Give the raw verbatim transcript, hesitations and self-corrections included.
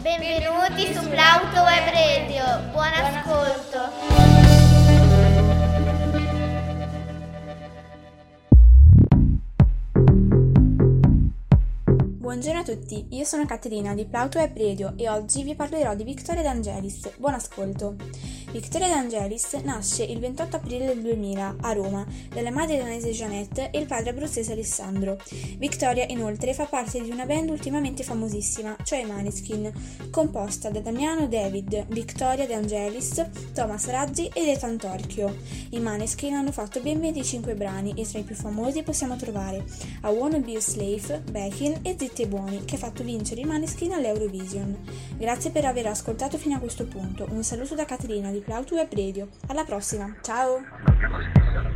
Benvenuti su Plauto Web Radio, buon ascolto. Buongiorno a tutti, io sono Caterina di Plauto Web Radio e oggi vi parlerò di Victoria De Angelis. Buon ascolto! Victoria De Angelis nasce il ventotto aprile del duemila a Roma dalle madri danese Jeanette e il padre abruzzese Alessandro. Victoria inoltre fa parte di una band ultimamente famosissima, cioè i Måneskin, composta da Damiano David, Victoria De Angelis, Thomas Raggi ed Ethan Torchio. I Måneskin hanno fatto ben venticinque brani e tra i più famosi possiamo trovare I Wanna Be a Slave, Back-in e Zitti e Buoni, che ha fatto vincere i Måneskin all'Eurovision. Grazie per aver ascoltato fino a questo punto. Un saluto da Caterina di Plauto Web Radio. Alla prossima, ciao!